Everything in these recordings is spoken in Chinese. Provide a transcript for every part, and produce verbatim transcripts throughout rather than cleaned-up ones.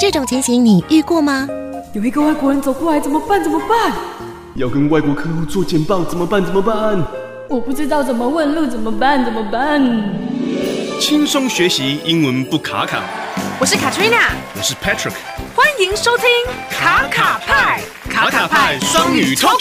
这种情形你遇过吗？ 有一个外国人走过来，怎么办？怎么办？ 要跟外国客户做简报，怎么办？怎么办？ 我不知道怎么问路，怎么办？怎么办？ 轻松学习英文不卡卡。 我是 Katrina， 我是 Patrick， 欢迎收听卡卡派卡卡派双语 Talk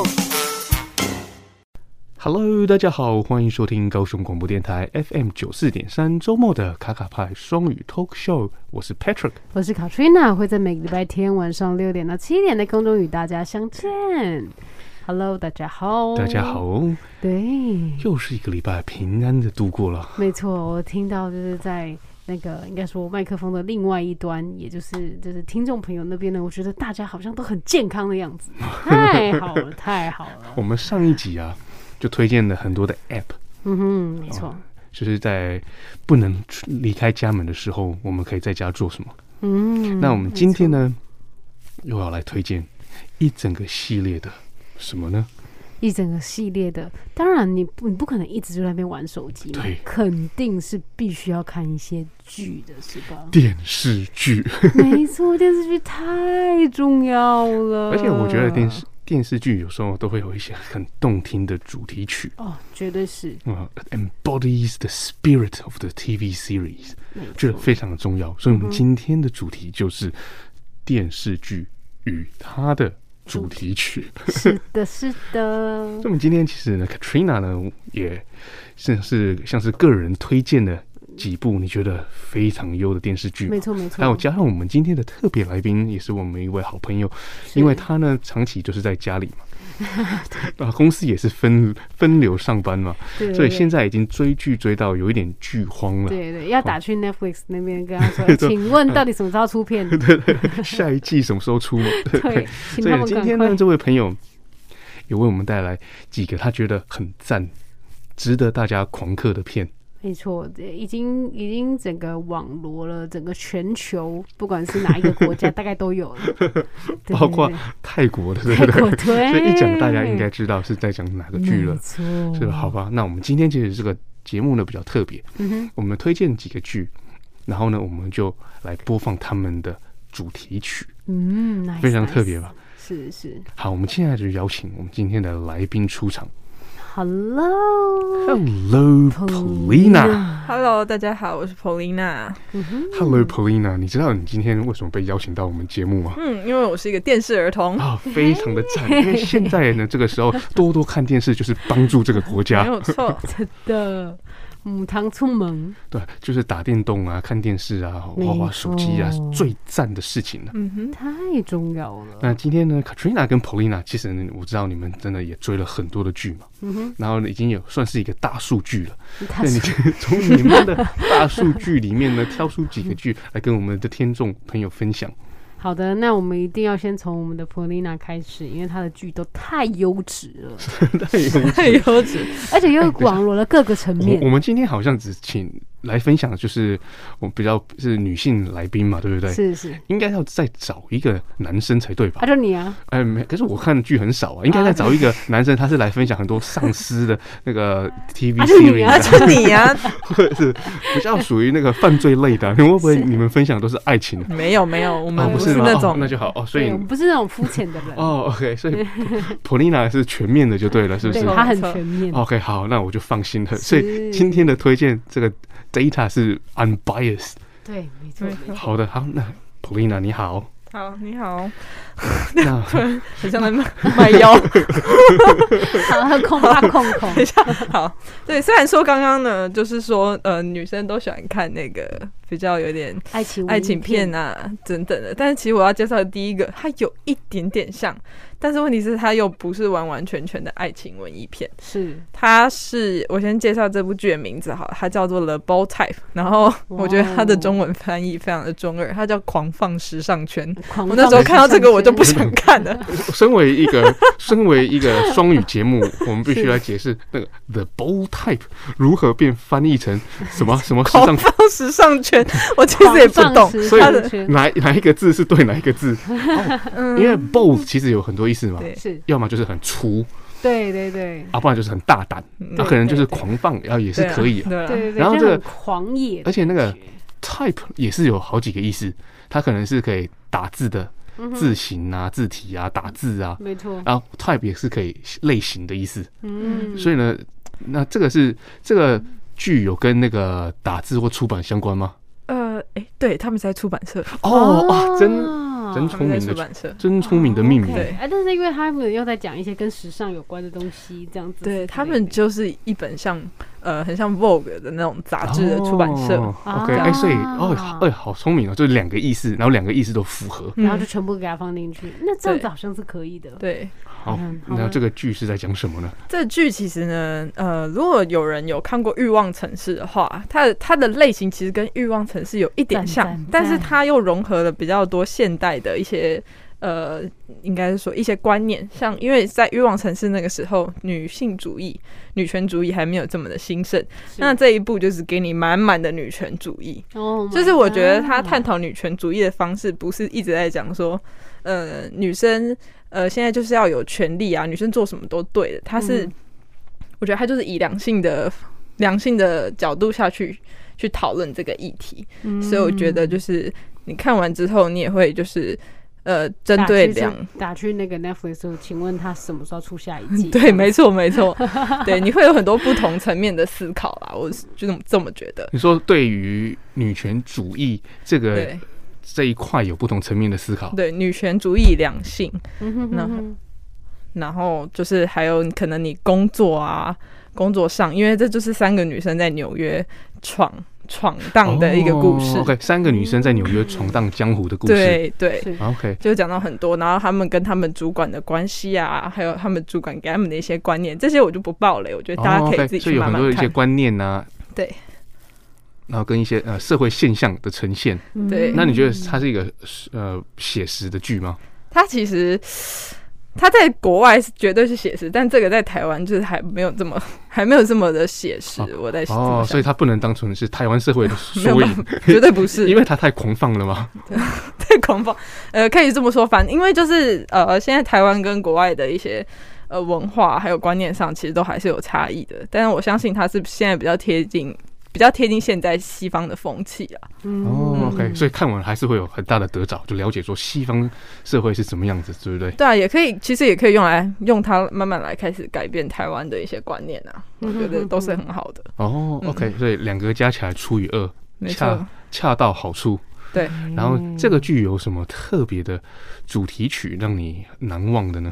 Show。Hello， 大家好，欢迎收听高雄广播电台 F M 九十四点三周末的卡卡派双语 Talk Show。我是 Patrick， 我是 Katrina， 会在每个礼拜天晚上六点到七点的空中与大家相见。Hello， 大家好， 大家好， 对， 又是一个礼拜平安的度过了。 没错，我听到就是在那个应该说麦克风的另外一端，也就是就是听众朋友那边呢，我觉得大家好像都很健康的样子，太好了，太好了。 我们上一集啊，就推荐了很多的 App， 嗯哼，没错、哦， 就是在不能离开家门的时候，我们可以在家做什么？嗯，那我们今天呢，又要来推荐一整个系列的什么呢？ 一整个系列的，当然你不你不可能一直就在那边玩手机， 对， 肯定是必须要看一些剧的，是吧？ 电视剧， 没错，电视剧太重要了。 而且我觉得电视电视剧有时候都会有一些很动听的主题曲， 哦，绝对是， 嗯 ，embodies the spirit of the T V series， 这非常的重要。所以我们今天的主题就是电视剧与它的主题曲。 是的，是的。 所以我们今天其实呢 ，Katrina 呢也像是像是个人推荐的几部你觉得非常优的电视剧， 没错没错。 还有加上我们今天的特别来宾，也是我们一位好朋友，因为他呢长期就是在家里嘛。啊，公司也是分分流上班嘛，对对对，所以现在已经追剧追到有一点剧荒了。 对对，要打去 Netflix 那边跟他说，欸、请问到底什么时候出片？ 对对对，下一季什么时候出嘛？对，对，所以今天呢，这位朋友也为我们带来几个他觉得很赞、值得大家狂嗑的片。 没错，已经已经整个网罗了整个全球，不管是哪一个国家，大概都有了， 包括泰国的，对不对？对，所以一讲大家应该知道是在讲哪个剧了，是吧？好吧，那我们今天其实这个节目呢比较特别，嗯、我们推荐几个剧，然后呢我们就来播放他们的主题曲， 嗯， nice, 非常特别吧？ Nice, 是是。 好，我们现在就邀請我們今天的來賓出場。 Hello Hello Paulina Hello 大家好，我是 Paulina、 嗯、Hello Paulina， 你知道你今天为什麼被邀請到我們節目嗎？ 嗯，因為我是一個電視兒童啊、哦，非常的讚，因為現在呢這個時候多多看電視就是幫助這個國家。 沒有錯， 真的母湯出門， 對，就是打電動啊，看電視啊，滑滑手機啊，是最讚的事情了。 嗯哼，太重要了。 那今天呢 ，Katrina 跟 Paulina， 其實我知道你們真的也追了很多的劇嘛，嗯哼，然後已經有算是一個大數據了。那你從你們的大數據裡面呢，挑出幾個劇來跟我們的聽眾朋友分享。 好的，那我們一定要先從我們的 Paulina 開始，因為她的劇都太優質了， 太優質， 太優質， 而且又網羅了各個層面。 我, 我們今天好像只請來分享的就是我比較是女性來賓嘛，對不對？ 是是， 應該要再找一個男生才對吧？ 啊，就你啊？ 哎，沒，可是我看的劇很少啊，應該再找一個男生，他是來分享很多上司的那個 T V series， 啊，就你啊， 或者是比較屬於那個犯罪類的，會不會你們分享都是愛情的？ 沒有沒有，我們不是那種， 哦、那就好哦，所以我們不是那種膚淺的人哦。OK， 所以 Paulina 是全面的就對了，是不是？ 對，他很全面。 OK， 好，那我就放心了。所以今天的推薦這個 data 是 unbiased。 對，沒錯。 好的，好，那 Paulina 你好。 好，你好。 那突然很像在賣腰。 好，空吧空空。 等一下，好，對，雖然說剛剛呢，就是說，呃，女生都喜歡看那個比較有點愛情愛情片啊等等的，但是其實我要介紹的第一個，它有一點點像，但是問題是它又不是完完全全的愛情文藝片。 是， 它是我先介紹這部劇的名字好，它叫做 The Bold Type， 然後我覺得它的中文翻譯非常的中二，它叫狂放時尚圈。我那時候看到這個我就不想看了。 身為一個身為一個雙語節目，我們必須來解釋那個 The Bold Type 如何變翻譯成什麼什麼時尚狂放時尚圈，我其實也不懂， 所以哪哪一個字是對哪一個字？哦、因為 bold 其實有很多意思嘛， 是要麼就是很粗。 对对对， 啊，不然就是很大胆，那可能就是狂放，然后也是可以啊。 对对对， 然后这个狂野， 而且那个 type 也是有好几个意思，它可能是可以打字的字形啊、字体啊、打字啊， 没错。 然后 type 也是可以类型的意思。 嗯， 所以呢，那这个是这个剧有跟那个打字或出版相关吗？ 呃，哎、欸，对，他们是在出版社。 哦，哇，真真聪明的出版社， 真聪明的命名。 对， 哎，但是因为他们又在讲一些跟时尚有关的东西，这样子。 对，他们就是一本像呃很像 Vogue 的那种杂志的出版社。 哦、OK， 哎、欸，所以哦，哎、欸，好聪明哦，就是两个意思，然后两个意思都符合， 然后就全部给它放进去。那这样子好像是可以的。 对。 好，那这个剧是在讲什么呢？ 这剧其实呢，呃，如果有人有看过《欲望城市》的话，它的它的类型其实跟《欲望城市》有一点像，但是它又融合了比较多现代的一些呃，应该是说一些观念，像因为在《欲望城市》那个时候，女性主义、女权主义还没有这么的兴盛，那这一部就是给你满满的女权主义。哦，就是我觉得他探讨女权主义的方式，不是一直在讲说，呃，女生。呃，现在就是要有权利啊，女生做什么都对的。他是，嗯、我觉得他就是以良性的、良性的角度下去去讨论这个议题，嗯、所以我觉得就是你看完之后，你也会就是呃，针对两打去那个 Netflix 时候，请问他什么时候出下一季？ 对，没错，没错，对，你会有很多不同层面的思考啦，我就这么觉得。 你说对于女权主义这个。这一块有不同层面的思考， 对女权主义、两性，然后然后就是还有可能你工作啊，工作上，因为这就是三个女生在纽约闯闯荡的一个故事。 哦、OK， 三个女生在纽约闯荡江湖的故事。 对对 ，OK， 就讲到很多，然后他们跟他们主管的关系啊，还有他们主管给他们的一些观念，这些我就不爆雷，我觉得大家可以自己去慢慢看。 哦 okay， 所以有很多的一些观念啊， 对。 然后跟一些呃社会现象的呈现， 对， 那你觉得它是一个呃写实的剧吗？ 它其实它在国外是绝对是写实，但这个在台湾就是还没有这么还没有这么的写实。哦、我在哦，所以它不能当成是台湾社会的缩影， 绝对不是， 因为它太狂放了嘛。 太狂放，呃，可以这么说，反因为就是呃，现在台湾跟国外的一些。呃，文化还有观念上，其实都还是有差异的。但是我相信它是现在比较贴近。比较贴近现在西方的风气啊。 嗯、哦 ，OK， 所以看完还是会有很大的得着，就了解说西方社会是怎么样子，对不对？ 对啊，也可以，其实也可以用来用它慢慢来开始改变台湾的一些观念啊，我觉得都是很好的。 哦 ，OK，、嗯、所以两个加起来除以二，恰恰到好处。 对， 然后这个剧有什么特别的主题曲让你难忘的呢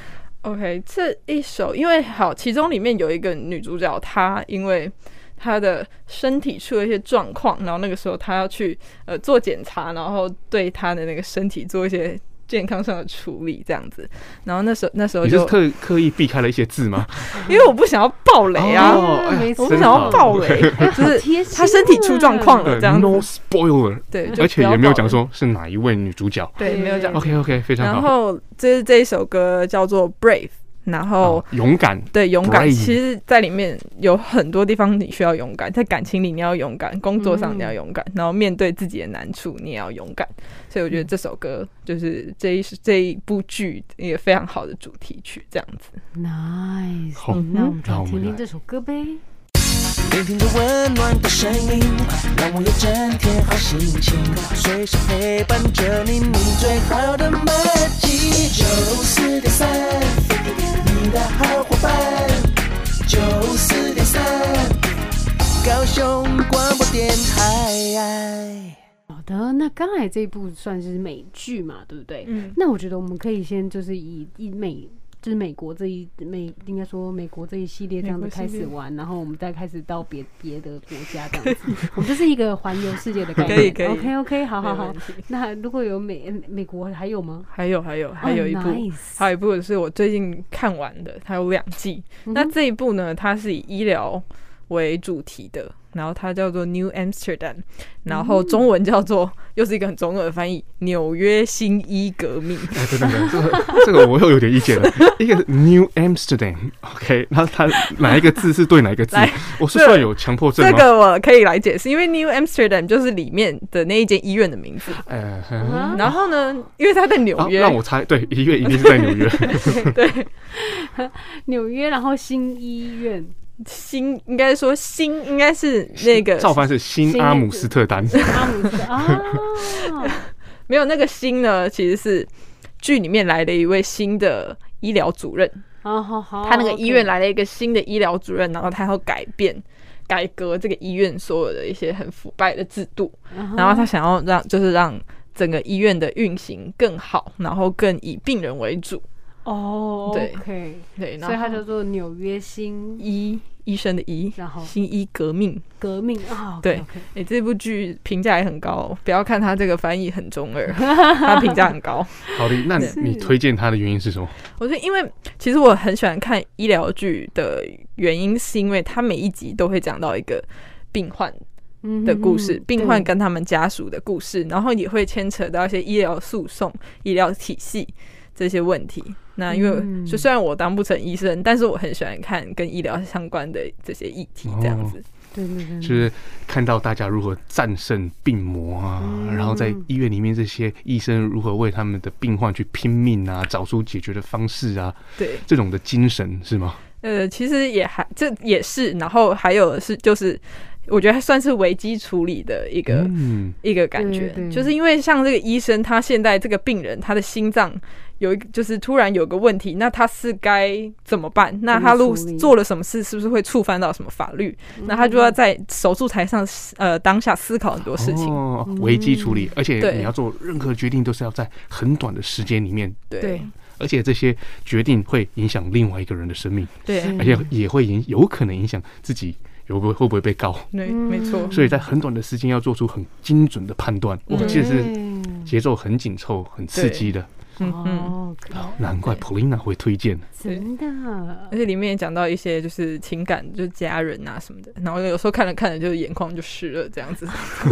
？OK， 这一首因为好，其中里面有一个女主角，她因为她的身体出了一些状况，然后那个时候她要去呃做检查，然后对她的那个身体做一些健康上的处理，这样子。然后那时候那时候就你是特刻意避开了一些字吗？ 因为我不想要爆雷啊， 哦哎、 我不想要爆雷，就是她身体出状况了这样子。 No spoiler， 对， 而且也没有讲说是哪一位女主角， 对，没有讲。 OK OK， 非常好。 然后这这一首歌叫做 Brave。然后、 哦、勇敢， 对勇敢，其实在里面有很多地方你需要勇敢，在感情里你要勇敢，工作上你要勇敢，嗯、然后面对自己的难处你也要勇敢。所以我觉得这首歌就是这一这一部剧一个非常好的主题曲，这样子。 Nice，、 嗯、 那我们就来听听这首歌呗。 聆听着温暖的声音，让我有整天好心情，随时陪伴着你，你最好的默契。九四点三，你的好伙伴。九四点三，高雄广播电台。 好的，那刚才这一部算是美剧嘛，对不对？嗯。那我觉得我们可以先就是以以美。就是美国这一美应该说美国这一系列这样子开始玩，然后我们再开始到别别的国家这样子，我们就是一个环游世界的概念。 可以可以 ，OK OK， 好好好。那如果有美美国还有吗？ 还有还有还有一部， oh, nice. 还有一部是我最近看完的，它有两季。嗯、那这一部呢，它是以医疗为主题的。然后它叫做 New Amsterdam， 然后中文叫做、嗯、又是一个很中二的翻译，纽约新医革命。 哎，对对对，这个这个我又有点意见了。一个 New Amsterdam，OK， 然后它哪一个字是对哪一个字？我是算有强迫症吗？ 这个我可以来解释，因为 New Amsterdam 就是里面的那一间医院的名字。呃、嗯，然后呢，因为它在纽约、 啊，让我猜，对，医院一定是在纽约。 对， 纽约，然后新医院。 新应该说新应该是那个照翻是新阿姆斯特丹， 阿姆斯啊， 没有那个新呢，其实是剧里面来的一位新的医疗主任。 好好好， 他那个医院来了一个新的医疗主任，然后他要改变、改革这个医院所有的一些很腐败的制度，然后他想要让就是让整个医院的运行更好，然后更以病人为主。 哦， 对 ，OK， 对， 所以它叫做纽约新医医生的医， 然后新医革命革命啊， 对，哎，这部剧评价也很高，不要看他这个翻译很中二，他评价很高。 好的，那你推荐他的原因是什么？ 我觉得，因为其实我很喜欢看医疗剧的原因，是因为他每一集都会讲到一个病患的故事，病患跟他们家属的故事，然后也会牵扯到一些医疗诉讼、医疗体系这些问题。那因为就虽然我当不成医生，但是我很喜欢看跟医疗相关的这些议题，这样子。 对对对， 就是看到大家如何战胜病魔啊，嗯、然后在医院里面这些医生如何为他们的病患去拼命啊，找出解决的方式啊， 对， 这种的精神是吗？ 呃，其实也还这也是，然后还有是就是。我觉得算是危机处理的一个、嗯、一个感觉，就是因为像这个医生，他现在这个病人，他的心脏有一个就是突然有个问题，那他是该怎么办？那他如做了什么事，是不是会触犯到什么法律？嗯、那他就要在手术台上呃当下思考很多事情， 哦，危机处理，而且你要做任何决定都是要在很短的时间里面， 对。 而且这些决定会影响另外一个人的生命， 对， 而且也会影有可能影响自己。有会会不会被告？ 对，没错。 所以在很短的时间要做出很精准的判断，我记得是节奏很紧凑、很刺激的。 嗯嗯， 难怪 Polina 会推荐。 真的， 而且里面也讲到一些就是情感，就是家人啊什么的，然后有时候看着看着就眼眶就湿了，这样子。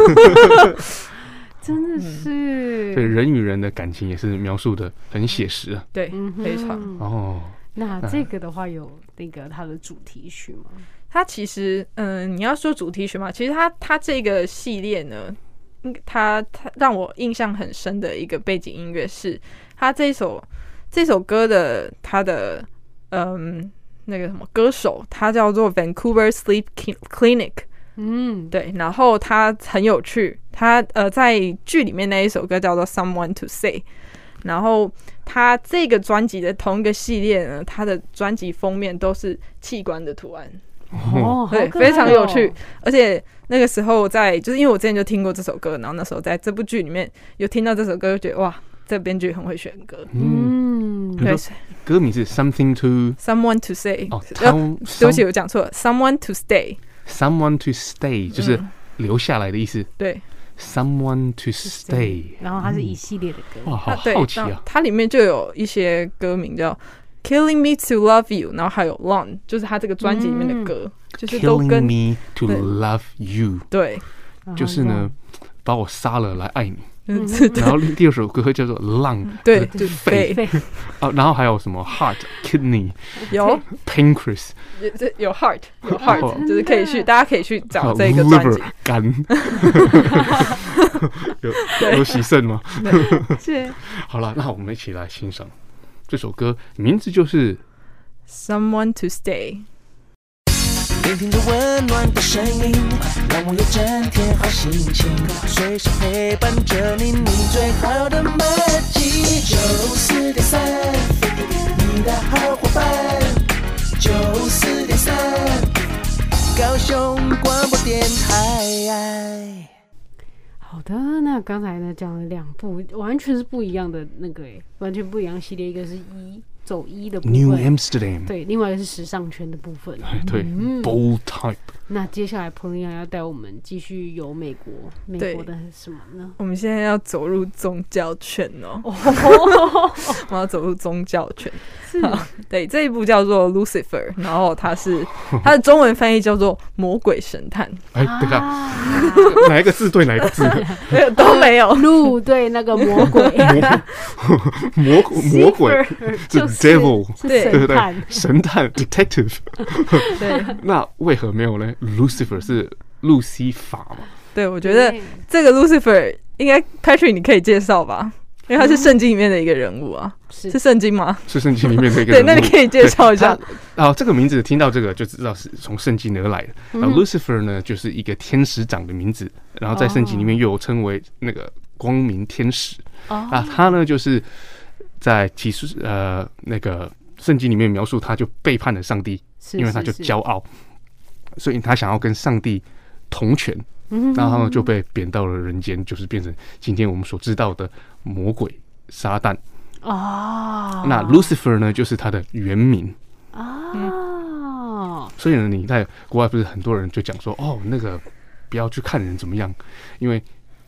真的是， 对人与人的感情也是描述的很写实啊。 对，非常哦。 那这个的话有那个它的主题曲吗？ 它其实，嗯，你要说主题曲嘛，其实它它这个系列呢，它它让我印象很深的一个背景音乐是它这首这首歌的它的嗯那个什么歌手，他叫做 Vancouver Sleep Clinic， 嗯，对，然后他很有趣，他呃在剧里面那一首歌叫做 Someone to Say。然后他这个专辑的同一个系列呢，他的专辑封面都是器官的图案。 哦， 对，非常有趣。而且那个时候在，就是因为我之前就听过这首歌，然后那时候在这部剧里面有听到这首歌，就觉得哇，这编剧很会选歌。 嗯，对，歌名是 Something to Someone to Say。 哦， 对不起，我讲错了 ，Someone to Stay。Someone to Stay 就是留下来的意思。 嗯、对。 Someone to stay， 然后它是一系列的歌， 哇，好好奇啊！ 它里面就有一些歌名叫 "Killing Me to Love You"， 然后还有 "Long"， 就是它这个专辑里面的歌，就是都跟 "Killing Me to Love You"， 对， 就是呢，把我杀了来爱你。 嗯、 然后第二首歌叫做《浪》， 对， 就肺啊，然后还有什么 Heart、Kidney， 有 Pancreas， 有 Heart， 有 Heart， 就是可以去，大家可以去找这个专辑。 肝，有有洗肾吗？ 是。 好了，那我们一起来欣赏这首歌，名字就是《 Someone to Stay》。 聆听着温暖的声音，让我有整天好心情，随时陪伴着你，你最好的默契。九四点三，你的好伙伴。九四点三，高雄广播电台。 好的，那刚才呢讲了两部完全是不一样的那个，完全不一样系列，一个是一。走医的部分 New Amsterdam， 对，另外一个是时尚圈的部分， 对、嗯、，Bold Type。 那接下来 Polina 要带我们继续游美国，美国的什么呢？ 我们现在要走入宗教圈哦，我们要走入宗教圈。对，这一部叫做 Lucifer， 然后它是它的中文翻译叫做魔鬼神探。 哎，等下，哪一个字对哪一个字？ 没有，都没有。 路对那个魔鬼， 魔魔鬼是 devil， 对对对， 神探 detective。 对， 那为何没有呢 ？Lucifer 是路西法嘛？ 对，我觉得这个 Lucifer 应该 Patrick 你可以介绍吧。 因为他是圣经里面的一个人物啊，是是圣经吗？ 是圣经里面的一个人物。 对，那你可以介绍一下。 然后这个名字听到这个就知道是从圣经而来的。然后 Lucifer 呢，就是一个天使长的名字，然后在圣经里面又有称为那个光明天使。啊，他呢就是在启示呃那个圣经里面描述，他就背叛了上帝，因为他就骄傲，所以他想要跟上帝同权。然后就被贬到了人间，就是变成今天我们所知道的魔鬼撒旦。哦，那 Lucifer 呢，就是他的原名。哦，所以呢，你在国外不是很多人就讲说，哦，那个不要去看人怎么样，因为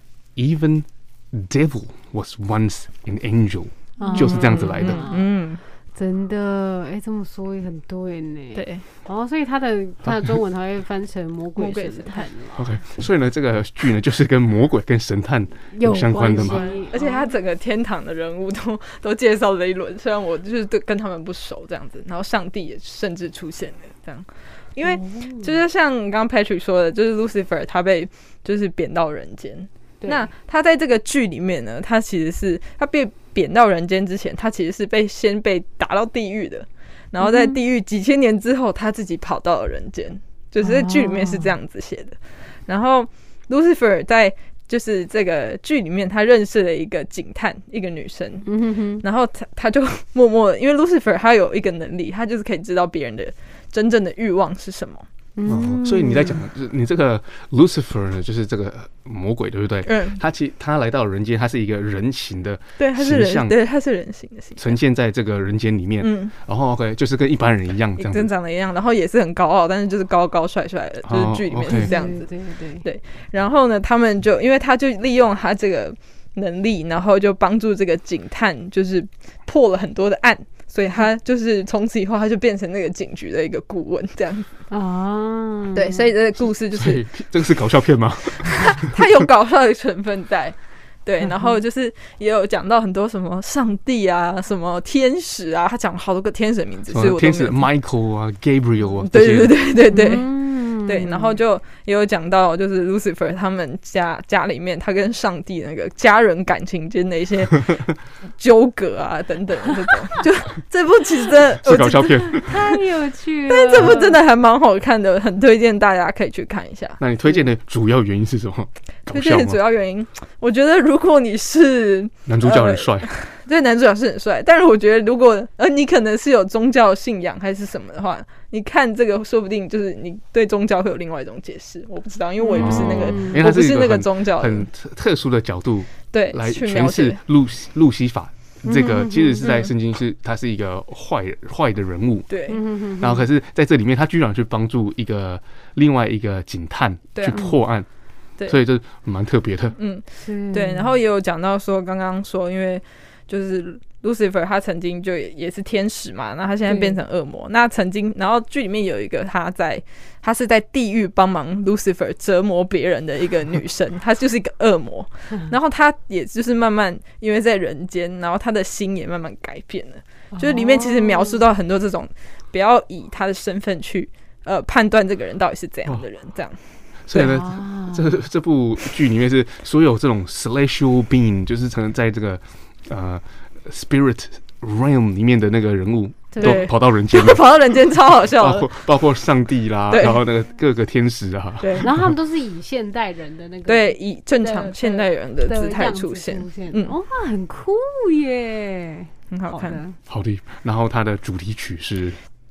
even devil was once an angel，就是这样子来的。嗯。 真的，哎、欸，这么说也很对呢。 对， 然后所以他的他的中文他会翻成魔鬼神探。 OK， 所以呢，这个剧呢就是跟魔鬼跟神探有相关的嘛。 而且他整个天堂的人物都都介绍了一轮，虽然我就是对跟他们不熟这样子，然后上帝也甚至出现了这样。因为就是像刚刚 Patrick 说的，就是 Lucifer 他被就是贬到人间。那他在这个剧里面呢，他其实是他被贬到人间之前，他其实是被先被打到地狱的，然后在地狱几千年之后，他自己跑到了人间，就是在剧里面是这样子写的。然后 Lucifer 在就是这个剧里面，他认识了一个警探，一个女生，嗯、然后他他就默默的，因为 Lucifer 他有一个能力，他就是可以知道别人的真正的欲望是什么。 哦，所以你在讲，你这个 Lucifer 呢，就是这个魔鬼，对不对？嗯，他其他来到人间，他是一个人形的， 对，他是人，对，他是人形的形象， 呈现在这个人间里面。嗯，然后 OK， 就是跟一般人一样，这样子， 跟长得一样，然后也是很高傲，但是就是高高帅帅的，就是剧里面是这样子。对对对。然后呢，他们就因为他就利用他这个能力，然后就帮助这个警探，就是破了很多的案。所以他就是从此以后，他就变成那个警局的一个顾问这样子啊。对，所以这个故事就是， 这个是搞笑片吗？ 他有搞笑的成分在。对，然后就是也有讲到很多什么上帝啊，什么天使啊，他讲了好多个天使的名字，所以我天使 Michael 啊 ，Gabriel 啊， 对对对对对。嗯对，然后就也有讲到，就是 Lucifer 他们家家里面，他跟上帝那个家人感情间的一些纠葛啊等等这种，就这部其实真的是搞笑片， 太有趣了。 但这部真的还蛮好看的，很推荐大家可以去看一下。 那你推荐的主要原因是什么？ 推荐的主要原因，我觉得如果你是男主角很帅。呃对，男主角是很帅，但是我觉得如果呃你可能是有宗教信仰还是什么的话，你看这个说不定就是你对宗教会有另外一种解释，我不知道，因为我也不是那个， 嗯、 我不是那个宗教很，很特殊的角度对来诠释路路西法。这个其实是在圣经是他是一个坏坏的人物， 对， 然后可是在这里面他居然去帮助一个另外一个警探去破案， 对， 所以这蛮特别的。 嗯，对，然后也有讲到说，刚刚说因为。就是 Lucifer 他曾经就也是天使嘛，那他现在变成恶魔。那曾经，然后剧里面有一个他在，他是在地狱帮忙 Lucifer 折磨别人的一个女生，她就是一个恶魔。然后他也就是慢慢因为在人间，然后他的心也慢慢改变了。就是里面其实描述到很多这种，不要以他的身份去呃判断这个人到底是怎样的人，这样。 所以呢，这这部剧里面是所有这种 celestial being， 就是可能在这个。呃 ，Spirit Realm 里面的那个人物都跑到人间了， 跑到人间超好笑的， 包括包括上帝啦，然后那个各个天使啊， 对，然后他们都是以现代人的那个， 对，以正常现代人的姿态出现， 嗯，哇，很酷耶， 很好看， 好的。然后它的主题曲是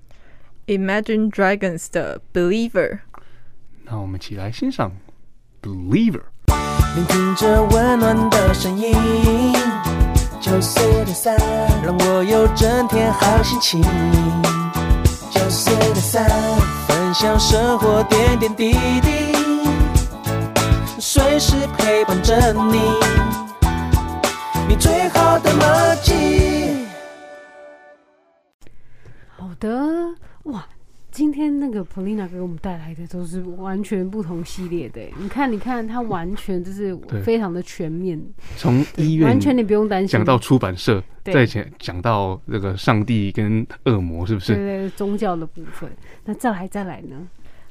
Imagine Dragons 的 Believer， 那我们一起来欣赏 Believer。 聆听着温暖的声音，九四点三，让我有整天好心情。九四点三，分享生活点点滴滴，随时陪伴着你，你最好的默契。 好的，哇！今天那个 Polina 给我们带来的都是完全不同系列的，你看，你看，它完全就是非常的全面， 从医院完全你不用担心， 讲到出版社，再讲讲到这个上帝跟恶魔，是不是？ 对对，宗教的部分。那再来再来呢？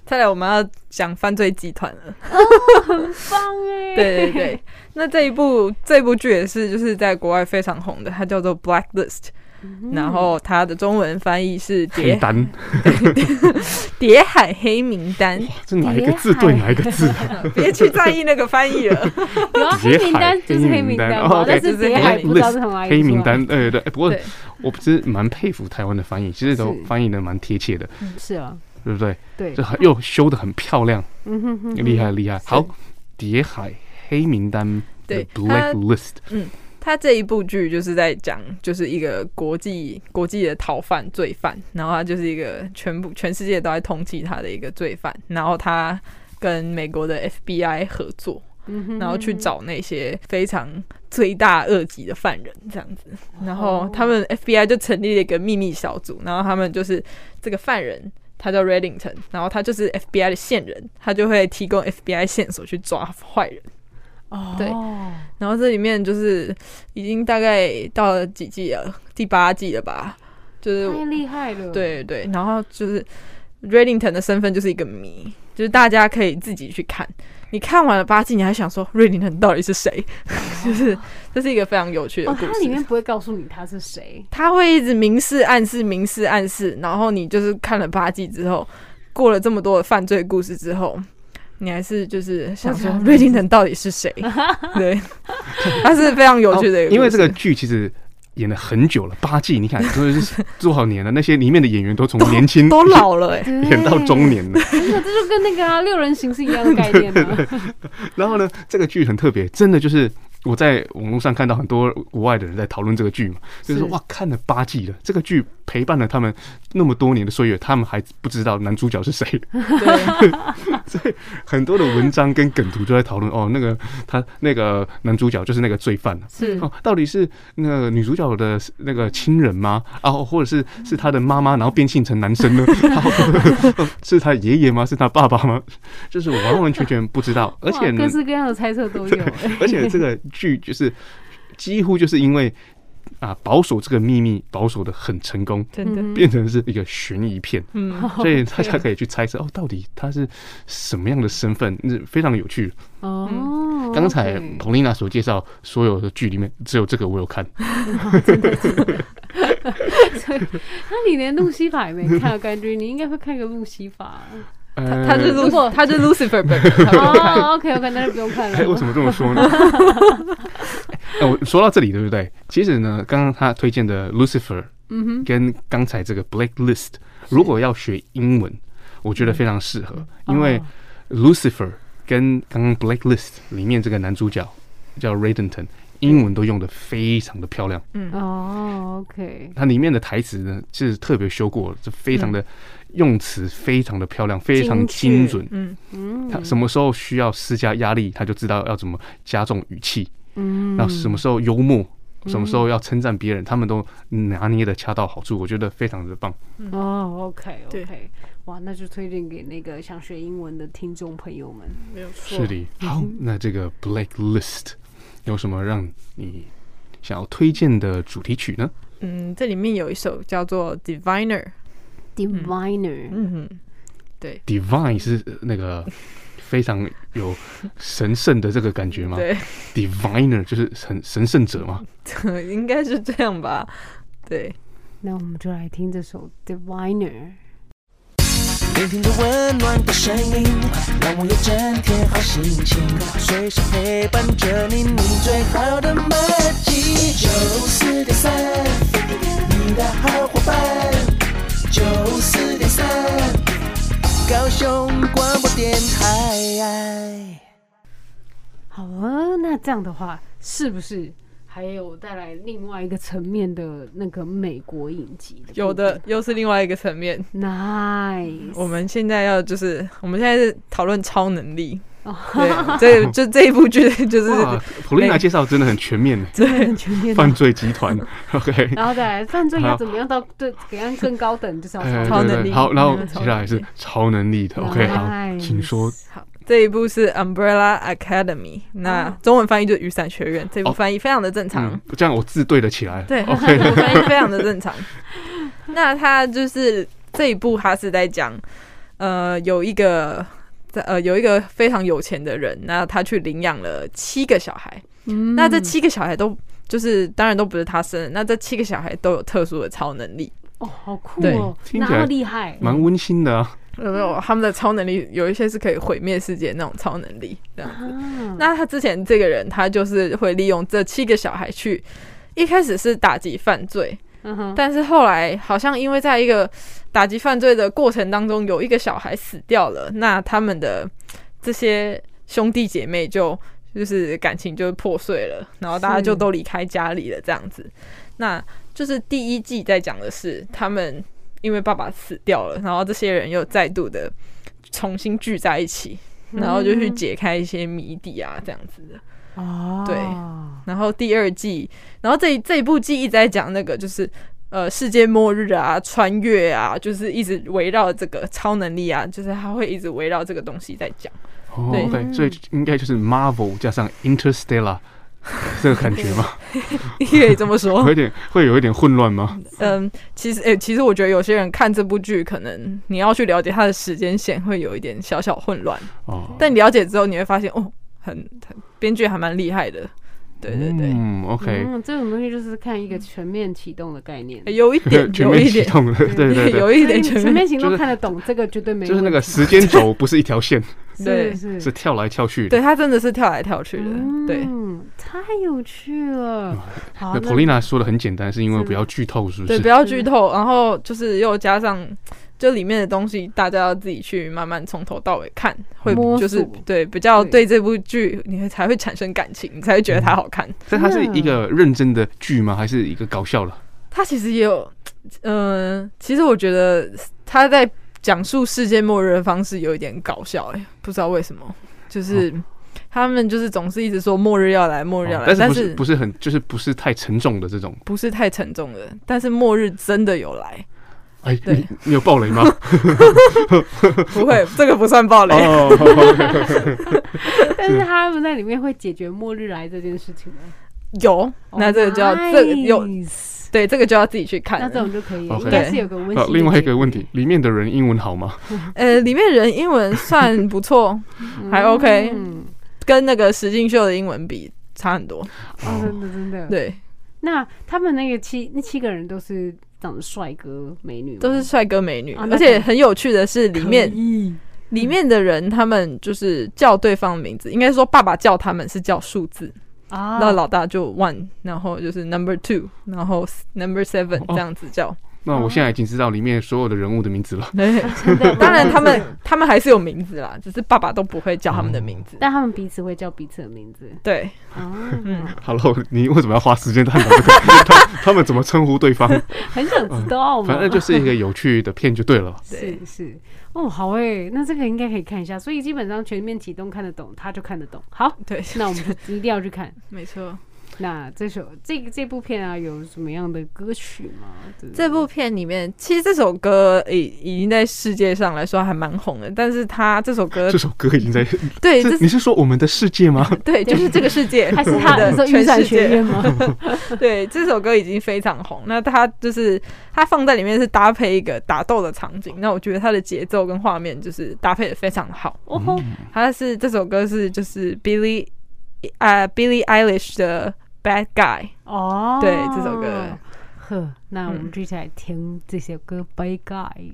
再来我们要讲犯罪集团了， 哦，很棒哎！ 对对对，那这一部这部剧也是就是在国外非常红的，它叫做 Blacklist，嗯、然后它的中文翻译是谍单， 谍海黑名单。 哇，这哪一个字对哪一个字？ 别去在意那个翻译了。 有啊，黑名单就是黑名单嘛，但是谍海不知道是什么黑名单。对对对，不过我不是蛮佩服台湾的翻译，其实都翻译的蛮贴切的。 是啊。 对不对？ 对， 就又修得很漂亮，嗯哼哼，厉害厉害。好，谍海黑名单， 对 ，Blacklist， 嗯，他这一部剧就是在讲，就是一个国际国际的逃犯罪犯，然后他就是一个全部全世界都在通缉他的一个罪犯，然后他跟美国的 F B I 合作。然后去找那些非常罪大恶极的犯人这样子，然后他们 F B I 就成立了一个秘密小组，然后他们就是这个犯人。他叫 Reddington， 然后他就是 F B I 的线人，他就会提供 F B I 线索去抓坏人。哦，对，然后这里面就是已经大概到了几季了，第八季了吧？就是太厉害了。 对对，然后就是 Reddington 的身份就是一个谜，就是大家可以自己去看。你看完了八季，你还想说 Reddington 到底是谁？就是这是一个非常有趣的故事。 哦，它里面不会告诉你他是谁， 他会一直明示暗示、明示暗示，然后你就是看了八季之后，过了这么多的犯罪故事之后，你还是就是想说 Reddington 到底是谁？对，它是非常有趣的一个故事。 因为这个剧其实演了很久了，八季，你看都是多少年了？那些里面的演员都从年轻都, 都老了、欸， 演到中年了。 真的，这就跟那个、啊、六人行是一样的概念嘛。 对对对，然后呢，这个剧很特别，真的就是我在网络上看到很多国外的人在讨论这个剧嘛，就是说哇，看了八季了，这个剧陪伴了他们那么多年的岁月，他们还不知道男主角是谁。对，所以很多的文章跟梗图就在讨论哦，那个他那个男主角就是那个罪犯是哦，到底是那个女主角的那个亲人吗？啊，或者是是他的妈妈，然后变性成男生呢？是他爷爷吗？是他爸爸吗？就是我完完全全不知道，而且各式各样的猜测都有。 而且这个剧就是几乎就是因为啊保守这个秘密保守的很成功， 真的变成是一个悬疑片， 嗯， 所以大家可以去猜测哦，到底他是什么样的身份，非常有趣。 哦， 刚才 Paulina 所介绍所有的剧里面，只有这个我有看。 真的，真的。所以，那你连路西法也没看，感觉你应该会看个路西法。 他他是路他是 Lucifer 本人。 哦 ，OK OK， 那就不用看了。 哎，为什么这么说呢？哎，我说到这里，对不对？其实呢，刚刚他推荐的 Lucifer， 嗯跟刚才这个 Blacklist， 如果要学英文，我觉得非常适合，因为 Lucifer 跟刚刚 Blacklist 里面这个男主角叫 Reddington， 英文都用得非常的漂亮。 嗯哦 ，OK， 它里面的台词呢是特别修过，就非常的。嗯用词非常的漂亮，非常精准。嗯嗯，他什么时候需要施加压力，他就知道要怎么加重语气。嗯，然后什么时候幽默，什么时候要称赞别人，他们都拿捏的恰到好处，我觉得非常的棒。 哦 ，OK OK， 哇，那就推荐给那个想学英文的听众朋友们。 没有错。 是的，好，那这个 Blacklist 有什么让你想要推荐的主题曲呢？ 嗯，这里面有一首叫做 Diviner。Diviner， 嗯哼，对 ，Divine 是那个非常有神圣的这个感觉吗？ 对 ，Diviner 就是很神圣者吗？ 应该是这样吧。对， 那我们就来听这首 Diviner。 聆听着温暖的声音，让我有整天好心情，随时陪伴着你，你最好的默契。九四点三，你的好伙伴。九四点三，高雄广播电台。 好啊，那这样的话，是不是还有带来另外一个层面的那个美国影集的？ 有的，又是另外一个层面。 Nice。 我们现在要就是，我们现在是讨论超能力。对，这就这一部剧就是普丽娜介绍真的很全面， 真的很全面。 犯罪集团 ，OK， 然后再来犯罪要怎么样到对怎样更高等，就是要超能力。 好，然后接下来是超能力的 ，OK， 好，请说。 好，这一部是 Umbrella Academy， 那中文翻译就是雨伞学院。这部翻译非常的正常， 这样我字对得起来。 对 ，OK， 这部翻译非常的正常。那它就是这一部，它是在讲。 呃有一个呃有一个非常有钱的人，那他去领养了七个小孩，嗯、那这七个小孩都就是当然都不是他生的，那这七个小孩都有特殊的超能力。 哦，好酷哦，那么厉害， 蛮温馨的啊。 有没有他们的超能力？有一些是可以毁灭世界那种超能力，这样子。啊、那他之前这个人，他就是会利用这七个小孩去，一开始是打击犯罪，嗯、但是后来好像因为在一个打击犯罪的过程当中，有一个小孩死掉了，那他们的这些兄弟姐妹就就是感情就破碎了，然后大家就都离开家里了，这样子。那就是第一季在讲的是他们。因为爸爸死掉了，然后这些人又再度的重新聚在一起，然后就去解开一些谜底啊，这样子的。哦，对。然后第二季，然后这这一部剧一直在讲那个，就是呃世界末日啊、穿越啊，就是一直围绕这个超能力啊，就是他会一直围绕这个东西在讲。 哦，对， okay, 所以应该就是 Marvel 加上 Interstellar。这个感觉吗？ 你可以这么说， 会有点会有一点混乱吗？ 嗯，其实诶、欸，其实我觉得有些人看这部剧，可能你要去了解它的时间线，会有一点小小混乱。哦，但你了解之后，你会发现哦，很很编剧还蛮厉害的。对对对， 嗯 ，OK， 嗯，这种东西就是看一个全面启动的概念， 有一点， 全面启动的，对对对， 有一点全面启动看得懂，这个绝对没就是那个时间轴不是一条线， 对， 是是跳来跳去的， 对，它真的是跳来跳去的，对， 嗯，太有趣了。 那 Polina 说的很简单，是因为不要剧透，是不是？ 对，不要剧透，然后就是又加上。就里面的东西，大家要自己去慢慢从头到尾看，会就是对比较对这部剧，你才会产生感情，你才会觉得它好看。 所以它是一个认真的剧吗？还是一个搞笑的？ 它其实也有，嗯、呃，其实我觉得他在讲述世界末日的方式有一点搞笑、欸，哎，不知道为什么，就是。哦他们就是总是一直说末日要来，末日要来， 哦、但是不是不是很就是不是太沉重的这种， 不是太沉重的，但是末日真的有来。 哎，你你有爆雷吗？ 不会，这个不算爆雷。 哦、 但是他们在里面会解决末日来这件事情吗？ 有，那这个就要、oh, 这个有，对，这个就要自己去看。 那这种就可以， okay. 应该是有个温馨的。 另外一个问题，里面的人英文好吗？ 呃，里面人英文算不错，还 OK。嗯，跟那个石进秀的英文比差很多。 哦，真的真的。 对， 那他们那个七那七个人都是长得帅哥美女吗？ 都是帅哥美女，啊、而且很有趣的是里面里面的人他们就是叫对方的名字，应该说爸爸叫他们是叫数字。啊，那老大就 one， 然后就是 number two， 然后 number seven 这样子叫。哦， 那我现在已经知道里面所有的人物的名字了。 对，当然他们他们还是有名字啦，只是爸爸都不会叫他们的名字， 但他们彼此会叫彼此的名字。 对， 嗯，好了，你为什么要花时间探讨这个？他, 他们怎么称呼对方？ 很想知道嘛、嗯。 反正就是一个有趣的片就对了。 是是哦，好诶，那这个应该可以看一下。所以基本上全面启动看得懂，他就看得懂。好，对，那我们就一定要去看。 没错。 那这首这这部片啊，有什么样的歌曲吗？ 这部片里面，其实这首歌已已经在世界上来说还蛮红的，但是他这首歌， 这首歌已经在对， 你是说我们的世界吗？ 对，就是这个世界， 还是他的全世界吗？ 对，这首歌已经非常红。那他就是他放在里面是搭配一个打斗的场景，那我觉得他的节奏跟画面就是搭配的非常好。哦、嗯，他是这首歌是就是 Billie 啊、uh, Billie Eilish 的。Bad Guy 哦， 对这首歌， 呵，那我们就一起来听这首歌 Bad Guy。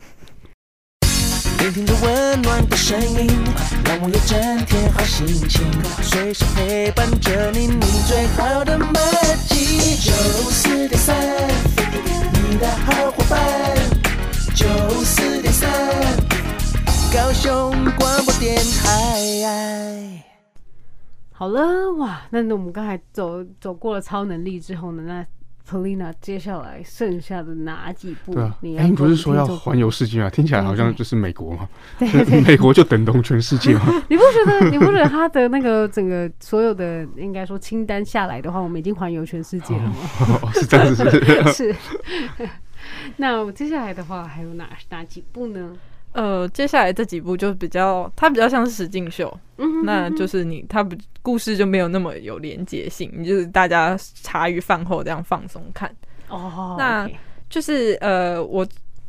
聆听着温暖的声音，让我有整天好心情，随时陪伴着你，你最好的默契。九四点三，你的好伙伴。九四点三，高雄广播电台。 好了，哇，那我们刚才走走过了超能力之后呢，那 Polina 接下来剩下的哪几部？ 对啊，哎，你不是说要环游世界吗？听起来好像就是美国嘛，对对对，美国就等同全世界嘛。 你不觉得？你不觉得他的那个整个所有的应该说清单下来的话，我们已经环游全世界了吗？ 哦，是这样子， 是。那接下来的话，还有哪哪几部呢？ 呃，接下来这几部就比较，它比较像是实境秀，嗯，那就是你它不故事就没有那么有连结性，你就是大家茶余饭后这样放松看。哦，那就是呃，我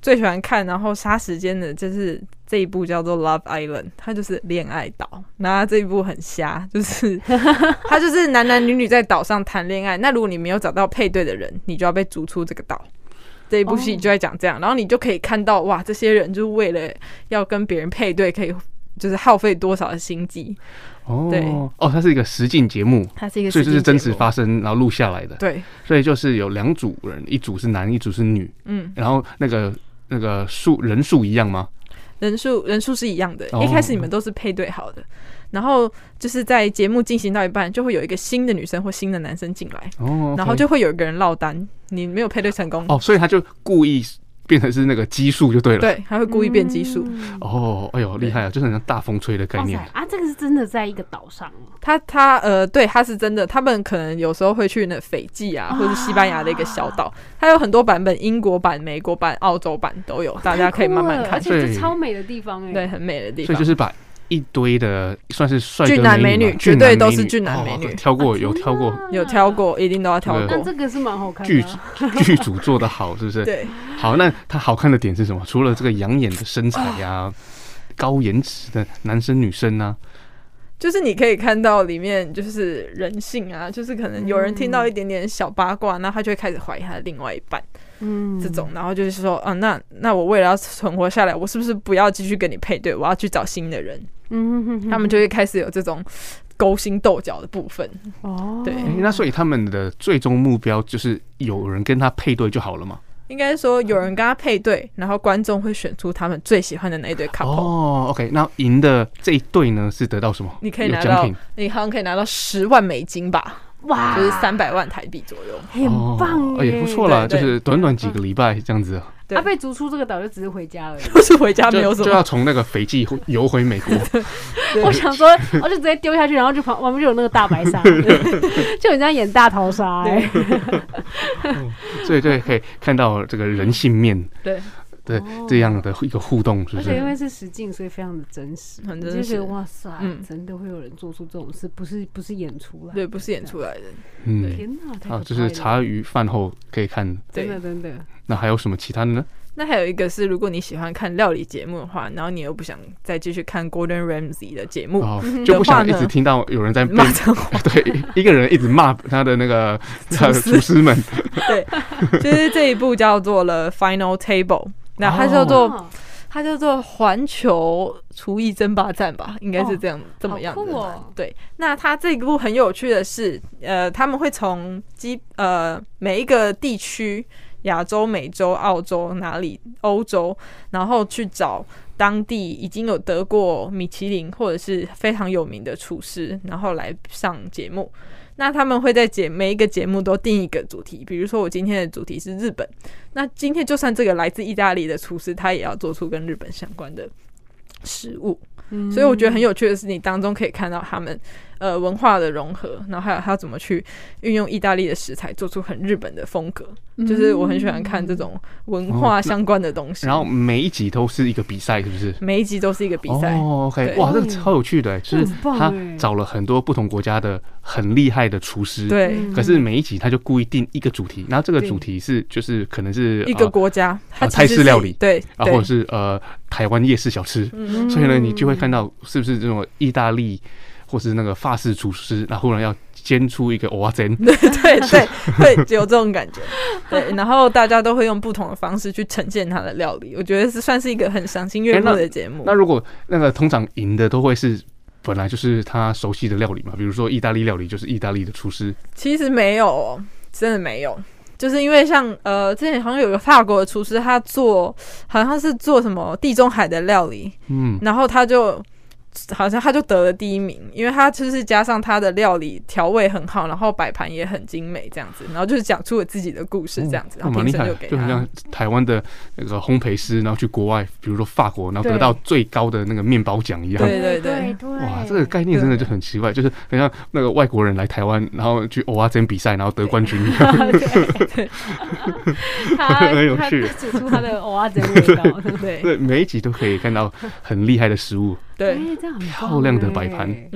最喜欢看然后杀时间的就是这一部叫做 Love Island， 它就是恋爱岛。那这一部很瞎，就是它就是男男女女在岛上谈恋爱，那如果你没有找到配对的人，你就要被逐出这个岛。这一部戏就在讲这样，然后你就可以看到哇，这些人就是为了要跟别人配对，可以就是耗费多少的心机。 哦，对哦，它是一个实境节目， 它是一个所以就是真实发生，然后录下来的。 对， 所以就是有两组人，一组是男，一组是女。嗯，然后那个那个数人数一样吗？ 人数人数是一样的，哦，一开始你们都是配对好的。然后就是在节目进行到一半，就会有一个新的女生或新的男生进来，哦 okay，然后就会有一个人落单，你没有配对成功哦，所以他就故意变成是那个基数就对了， 对，他会故意变基数， 嗯。哦，哎呦，厉害啊，就是很像大风吹的概念啊。这个是真的在一个岛上， 他他呃，对，他是真的。他们可能有时候会去那斐济啊，或者西班牙的一个小岛，它有很多版本，英国版、美国版、澳洲版都有，大家可以慢慢看。 而且是超美的地方哎， 对，很美的地方。 所以就是把一堆的算是帅哥俊男美女，绝对都是俊男美女。 哦，挑过有挑过， 有挑过，一定都要挑过。 那这个是蛮好看的。 剧剧组做得好，是不是？ 对。 好，那它好看的点是什么？除了这个养眼的身材呀，高颜值的男生女生啊。 就是你可以看到里面就是人性啊，就是可能有人听到一点点小八卦，那他就会开始怀疑他的另外一半，嗯，这种，然后就是说，啊，那那我为了要存活下来，我是不是不要继续跟你配对，我要去找新的人？嗯哼哼，他们就会开始有这种勾心斗角的部分。哦，对， 欸，那所以他们的最终目标就是有人跟他配对就好了吗？ 应该说有人跟他配对，然后观众会选出他们最喜欢的那一对 couple。 哦 ，OK， 那赢的这一对呢是得到什么？ 你可以拿到，你好像可以拿到十万美金吧？哇，就是三百万台币左右， 很棒耶， 也不错啦，就是短短几个礼拜这样子。 他被逐出这个岛就只是回家而已， 不是回家没有什么， 就要从那个斐济游回美国。 我想说，我就直接丢下去，然后就旁旁边就有那个大白鲨，就很像演大逃杀哎。 所以对，可以看到这个人性面。 对。 对，这样的一个互动，是不是？ 而且因为是实境，所以非常的真实， 很真实。 就觉得哇塞，嗯，真的会有人做出这种事，不是不是演出来， 对，不是演出来的。 嗯， 天哪， 好，就是茶余饭后可以看， 真的真的。 那还有什么其他的呢？ 那还有一个是，如果你喜欢看料理节目的话，然后你又不想再继续看 Gordon Ramsay 的节目， 哦，就不想一直听到有人在骂脏话， 对，一个人一直骂他的那个他的厨师们。 对，就是这一部叫做了 Final Table。那它叫做、哦、它叫做环球厨艺争霸战吧，应该是这样、哦、这么样的、哦。对，那它这一部很有趣的是，呃，他们会从基呃每一个地区，亚洲、美洲、澳洲哪里、欧洲，然后去找当地已经有得过米其林或者是非常有名的厨师，然后来上节目。那他们会在节每一个节目都定一个主题，比如说我今天的主题是日本，那今天就算这个来自意大利的厨师，他也要做出跟日本相关的食物。嗯、所以我觉得很有趣的是，你当中可以看到他们呃文化的融合，然后还有他怎么去运用意大利的食材做出很日本的风格、嗯、就是我很喜欢看这种文化相关的东西、 哦、然后每一集都是一个比赛，是不是？ 每一集都是一个比赛哦 OK， 哇，这个超有趣的，就是他找了很多不同国家的很厉害的厨师， 对， 可是每一集他就故意定一个主题，然后这个主题是就是可能是一个国家、 呃、泰式料理， 对， 啊，或者是呃台湾夜市小吃、嗯、所以呢你就会看到是不是这种意大利或是那个法式厨师，然后忽然要煎出一个蚵仔煎， 对对对，会有这种感觉。对，然后大家都会用不同的方式去呈现他的料理，我觉得是算是一个很赏心悦目的节目、欸那。那如果那个通常赢的都会是本来就是他熟悉的料理嘛，比如说意大利料理就是意大利的厨师。 其实没有，真的没有。就是因为像呃，之前好像有个法国的厨师，他做好像是做什么地中海的料理，嗯，然后他就好像他就得了第一名，因为他就是加上他的料理调味很好，然后摆盘也很精美这样子，然后就是讲出了自己的故事这样子，然后评审就给他， 就很像台湾的那个烘焙师，然后去国外，比如说法国，然后得到最高的那个面包奖一样。 对对对对， 哇，这个概念真的就很奇怪，就是很像那个外国人来台湾，然后去蚵仔煎比赛，然后得冠军一样。 对对，他很有趣， 他煮出他的蚵仔煎味道，对不对？ 对，每一集都可以看到很厉害的食物。 对， 这样很漂亮的摆盘， 嗯，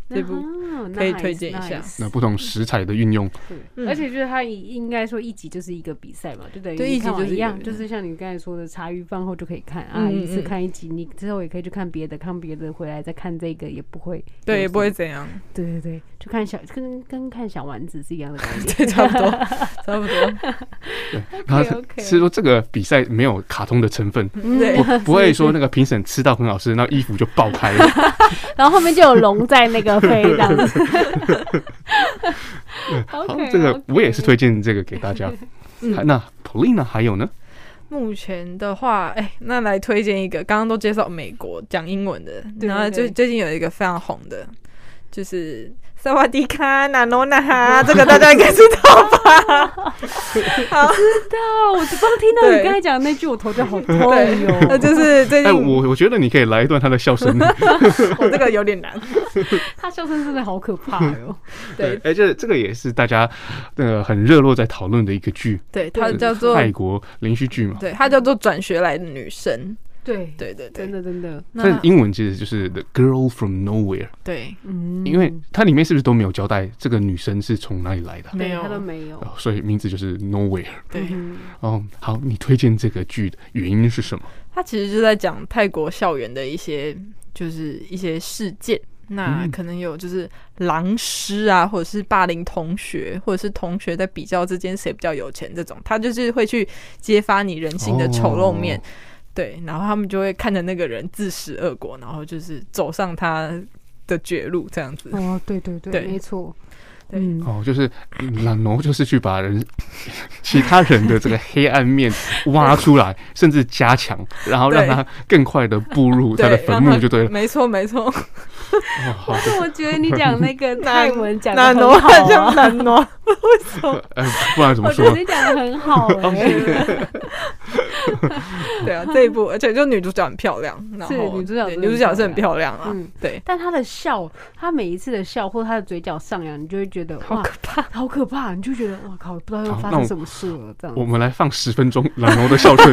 这部可以推荐一下。 nice, 那不同食材的运用， 对， 嗯、 而且就是它应该说一集就是一个比赛嘛，就等于对一集就是一样，就是像你刚才说的茶余饭后就可以看、嗯、啊，一次看一集，你之后也可以去看别的，看别的回来再看这个也不会， 对，也不会怎样。 对对对，就看小跟跟看小丸子是一样的概念， 对，差不多，差不多。 对，然后是说这个比赛没有卡通的成分， 对， 不不会说那个评审吃到很好吃，然后衣服就爆开了， 然后后面就有龙在那个飞这样子。 好， okay, 这个 okay. 我也是推荐这个给大家。嗯、那 Polina 还有呢？ 目前的话，哎、欸，那来推荐一个，刚刚都介绍美国讲英文的， 对对对， 然后最最近有一个非常红的，就是萨瓦迪卡纳诺纳哈，这个大家应该知道吧？ 好，知道，我刚听到你刚才讲的那句，我头就好痛哟。 那就是最近， 哎、欸，我我觉得你可以来一段他的笑声。 我这个有点难， 他笑声真的好可怕哟。 对， 哎、欸，这这个也是大家呃很热络在讨论的一个剧。 对，它叫做泰国连续剧嘛。 对，它叫做《转学来的女生》。 对对对对， 真的真的。 但英文其实就是 The Girl from Nowhere。 对， 嗯， 因为它里面是不是都没有交代这个女生是从哪里来的？ 没有， 它都没有、 哦，所以名字就是 Nowhere。 对， 哦，好，你推荐这个剧的原因是什么？ 它其实就在讲泰国校园的一些，就是一些事件。那可能有就是狼师啊，或者是霸凌同学，或者是同学在比较之间谁比较有钱这种，他就是会去揭发你人性的丑陋面。哦，对，然后他们就会看着那个人自食恶果，然后就是走上他的绝路这样子。 哦，对对 对, 对，没错。 对， 嗯， 哦，就是懒奴就是去把人其他人的这个黑暗面挖出来，甚至加强，然后让他更快的步入他的坟墓，就对了。 没错，没错。 但是我觉得你讲那个泰文讲的很好、啊， 像难挪，为什么？ 呃，不然怎么说？ 我觉得你讲的很好哎、欸。 对啊，这一部，而且就女主角很漂亮，然后是女主角， 女主角是很漂亮啊。 嗯， 对。 但她的笑，她每一次的笑或她的嘴角上扬，你就会觉得好可怕， 好可怕，你就觉得哇靠，不知道又发生什么事了。这样， 我们来放十分钟懒奴的笑声。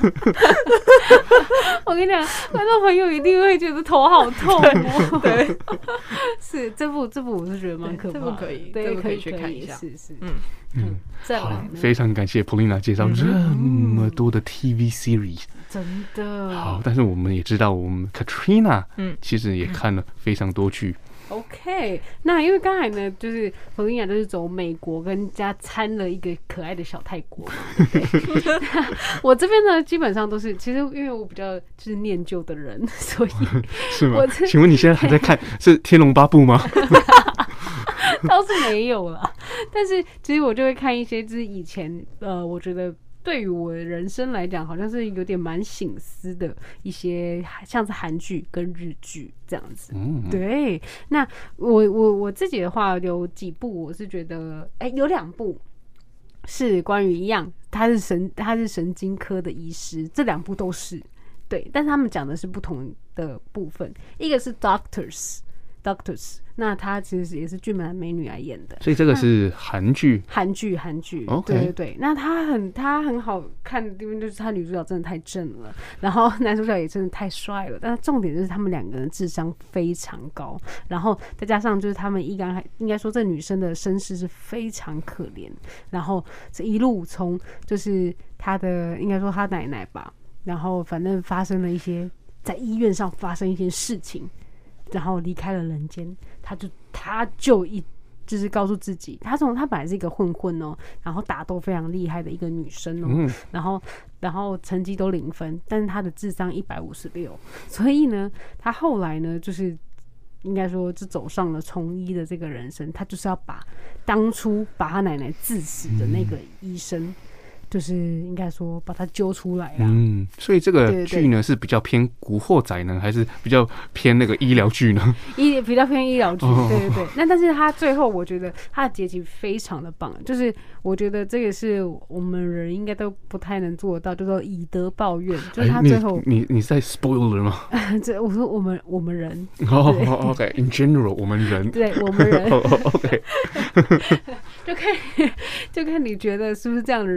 我跟你讲，观众朋友一定会觉得头好痛哦。 对， 是这部这部我是觉得蛮可怕的， 这部可以， 对， 可以去看一下。 是是， 嗯嗯，再来， 好，非常感谢 Polina 介绍这么多的 T V series， 真的好。但是我们也知道，我们 Katrina 嗯， 其实也看了非常多剧。 OK， 那因为刚才呢，就是 Polina 就是走美国跟加掺了一个可爱的小泰国嘛，对不对？我这边呢，基本上都是，其实因为我比较就是念旧的人，所以是吗？请问你现在还在看是《天龙八部》吗？ 倒是没有啦，但是其实我就会看一些，就是以前呃，我觉得对于我的人生来讲，好像是有点蛮省思的一些，像是韩剧跟日剧这样子。 嗯， 对。那我我我自己的话，有几部我是觉得，哎、欸，有两部是关于一样，他是神他是神经科的医师，这两部都是对，但是他们讲的是不同的部分，一个是 Doctors。Doctors， 那他其实也是俊男美女来演的， 所以这个是韩剧， 韩剧，韩剧， okay. 对对对。那他很他很好看的地方就是他女主角真的太正了，然后男主角也真的太帅了，但是重点就是他们两个人智商非常高，然后再加上就是他们一刚应该说这女生的身世是非常可怜，然后这一路从就是他的应该说他奶奶吧，然后反正发生了一些在医院上发生一些事情。然后离开了人间，他就他就一就是告诉自己，他从他本来是一个混混哦，然后打斗非常厉害的一个女生哦，嗯、然后然后成绩都零分，但是他的智商一百五十六，所以呢，他后来呢就是应该说是走上了从医的这个人生，他就是要把当初把他奶奶致死的那个医生。嗯就是应该说把它揪出来啦。 嗯，所以这个剧呢是比较偏古惑仔呢，还是比较偏那个医疗剧呢？ 医比较偏医疗剧，对对对。那但是他最后我觉得他的结局非常的棒，就是我觉得这个是我们人应该都不太能做得到，就说以德报怨。就是他最后， 欸、你 你, 你在 spoiler 吗？ 这我说我们我们人哦、oh, OK，in general 我们人， 对我们人 ，OK， 就看就看你觉得是不是这样的人呐、啊？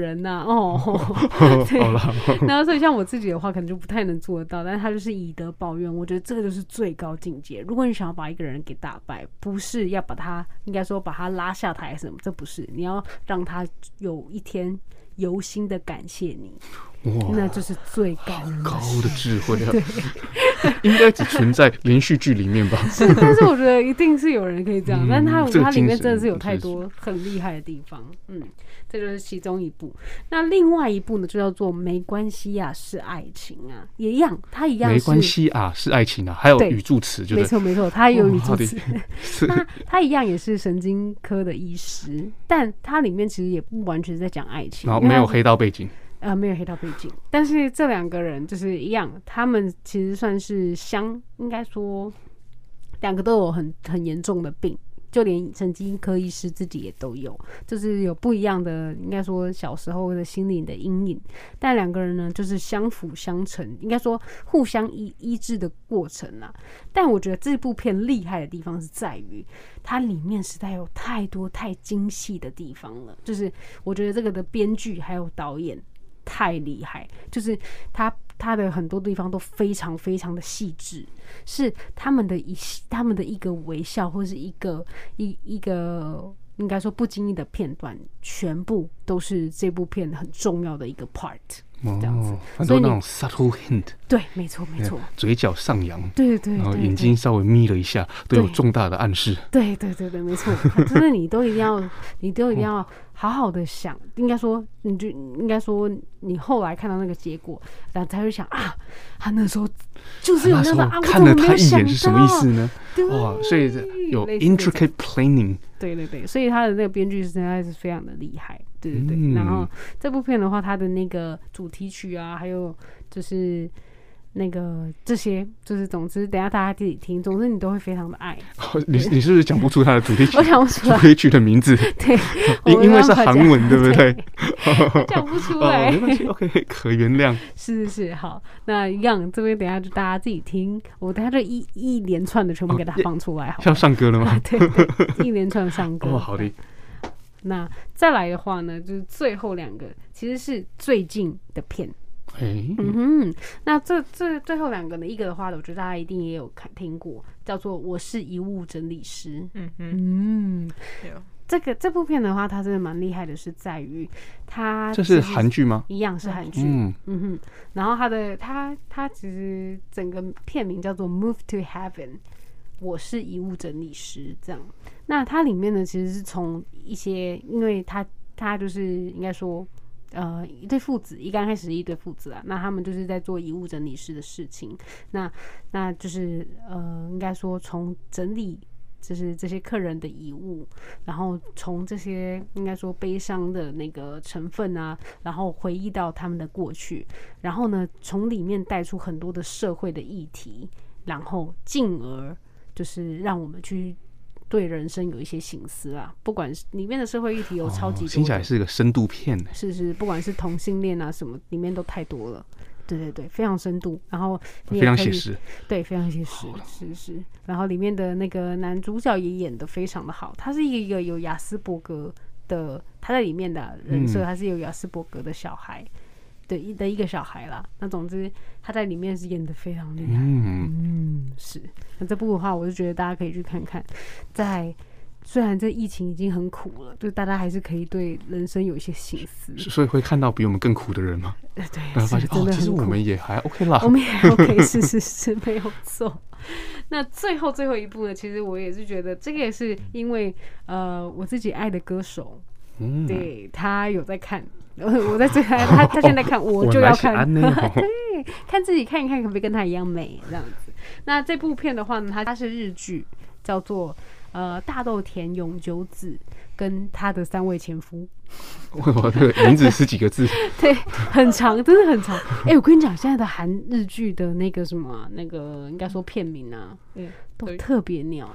哦， 好啦， 然后所以像我自己的话，可能就不太能做得到，但是他就是以德报怨，我觉得这个就是最高境界。如果你想要把一个人给打败，不是要把他，应该说把他拉下台还是什么，这不是，你要让他有一天由心的感谢你。那就是最感人的高的智慧啊！应该只存在连续剧里面吧？ 是，但是我觉得一定是有人可以这样，嗯、但是他它里面真的是有太多很厉害的地方。嗯，这就是其中一部。那另外一部呢，就叫做《没关系啊，是爱情啊》，也一样，它一样是没关系啊，是爱情啊，还有语助词，就没错没错，它有语助词。 哦、 那它一样也是神经科的医师，但它里面其实也不完全是在讲爱情， 然后没有黑道背景。 呃，没有黑道背景，但是这两个人就是一样，他们其实算是相，应该说两个都有很很严重的病，就连神经科医师自己也都有，就是有不一样的，应该说小时候的心灵的阴影，但两个人呢，就是相辅相成，应该说互相医医治的过程啊。但我觉得这部片厉害的地方是在于，它里面实在有太多太精细的地方了，就是我觉得这个的编剧还有导演太厉害，就是他他的很多地方都非常非常的细致，是他们的一他们的一个微笑或是一个一一个应该说不经意的片段，全部都是这部片很重要的一个 part。这样子， 很多那种 subtle hint， 对，没错没错， 嘴角上扬， 对对对， 然后眼睛稍微眯了一下，都有重大的暗示。 对对对对，没错，就是你都一定要，你都一定要好好的想，应该说，你就应该说，你后来看到那个结果，然后才会想啊，他那时候就是有那个啊， 看了他一眼是什么意思呢？哇，所以有 intricate planning。 对对对，所以他的那个编剧实在是非常的厉害。对对对，嗯、然后这部片的话，它的那个主题曲啊，还有就是那个这些，就是总之，等一下大家自己听，总之你都会非常的爱。 哦、你你是不是讲不出它的主题曲？ 我讲不出来主题曲的名字。 对， 因因为是韩文，对不对？ 讲不出来、 哦，没关系 ，OK， 可原谅。 是是是，好，那一样这边等一下就大家自己听，我等一下就一一连串的全部给它放出来，好。 要上歌了吗？ 对对，一连串上歌。 哦，好的。 那再来的话呢，就是最后两个其实是最近的片。 欸、 嗯哼，那这这最后两个呢，一个的话，我觉得大家一定也有看听过，叫做《我是遗物整理师》。嗯嗯，这个这部片的话，它真的蛮厉害的，是在于它这是韩剧吗？ 一样是韩剧。嗯嗯哼，然后它的它它其实整个片名叫做《Move to Heaven》。我是遗物整理师，这样。那它里面呢，其实是从一些，因为它它就是应该说，呃，一对父子，一刚开始是一对父子啊，那他们就是在做遗物整理师的事情。那那就是呃，应该说从整理就是这些客人的遗物，然后从这些应该说悲伤的那个成分啊，然后回忆到他们的过去，然后呢，从里面带出很多的社会的议题，然后进而就是让我们去对人生有一些省思啊，不管是里面的社会议题有超级多的， 听起来是个深度片， 是是，不管是同性恋啊什么，里面都太多了。对对对，非常深度，然后你也非常写实， 对，非常写实，是是。然后里面的那个男主角也演得非常的好，他是一个有亚斯伯格的，他在里面的人设，他是有亚斯伯格的小孩。的一的一个小孩啦，那总之他在里面是演得非常厉害，嗯, 嗯是。那这部的话，我就觉得大家可以去看看。在虽然这疫情已经很苦了，就大家还是可以对人生有一些省思。 所以会看到比我们更苦的人吗？ 对， 然后发现哦，其实我们也还 OK 啦， 我们也 OK， 是是是，没有错。那最后最后一部呢，其实我也是觉得这个也是因为呃我自己爱的歌手，嗯、对他有在看。我在追他，他他现在看，我就要看，对，看自己看一看，可不可以跟他一样美这样子。那这部片的话呢，它它是日剧，叫做呃大豆田永久子跟他的三位前夫。 我的名字是几个字？ 对，很长，真的很长。哎、欸，我跟你讲，现在的韩日剧的那个什么、啊，那个应该说片名啊，嗯，都特别鸟。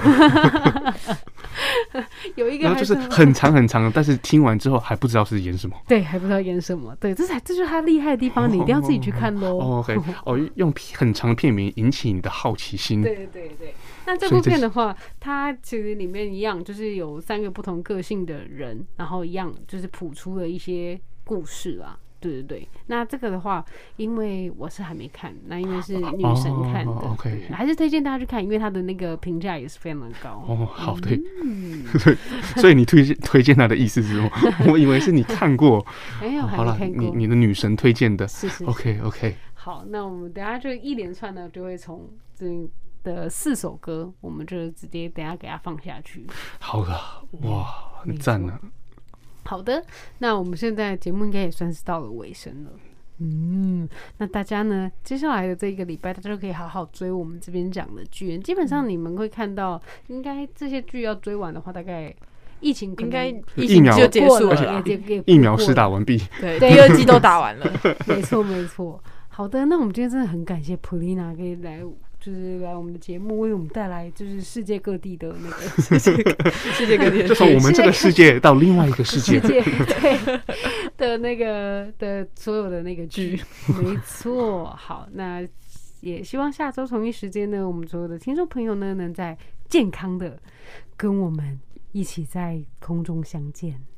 有一个然后就是很长很长，但是听完之后还不知道是演什么。 对，还不知道演什么。对，这才这就是他厉害的地方，你一定要自己去看喽。 哦 ，OK， 哦，用很长的片名引起你的好奇心。 对对对。那这部片的话，它其实里面一样，就是有三个不同个性的人，然后一样就是谱出了一些故事啊。对对对，那这个的话，因为我是还没看，那因为是女神看的， 哦、OK， 还是推荐大家去看，因为它的那个评价也是非常的高。 哦，好，对， 嗯、 所以你推荐推荐他的意思是什么？我以为是你看过， 没有， 好了， 还没看过， 你你的女神推荐的， 是是是 ，OK OK。 好，那我们等一下就一连串呢，就会从这的四首歌，我们就直接等一下给它放下去。 好的，哇，很赞啊！ 好的，那我们现在节目应该也算是到了尾声了。嗯，那大家呢，接下来的这一个礼拜，大家就可以好好追我们这边讲的剧。基本上你们会看到，应该这些剧要追完的话，大概疫情应该疫情就结束了， 疫苗施打完毕， 对，第二季都打完了。 没错，没错。好的，那我们今天真的很感谢普丽娜可以来。就是来我们的节目，为我们带来就是世界各地的那个世界各世界各地的， 就从我们这个世界到另外一个世界， 世界对的那个的所有的那个剧，没错。好，那也希望下周同一时间呢，我们所有的听众朋友呢，能在健康的跟我们一起在空中相见。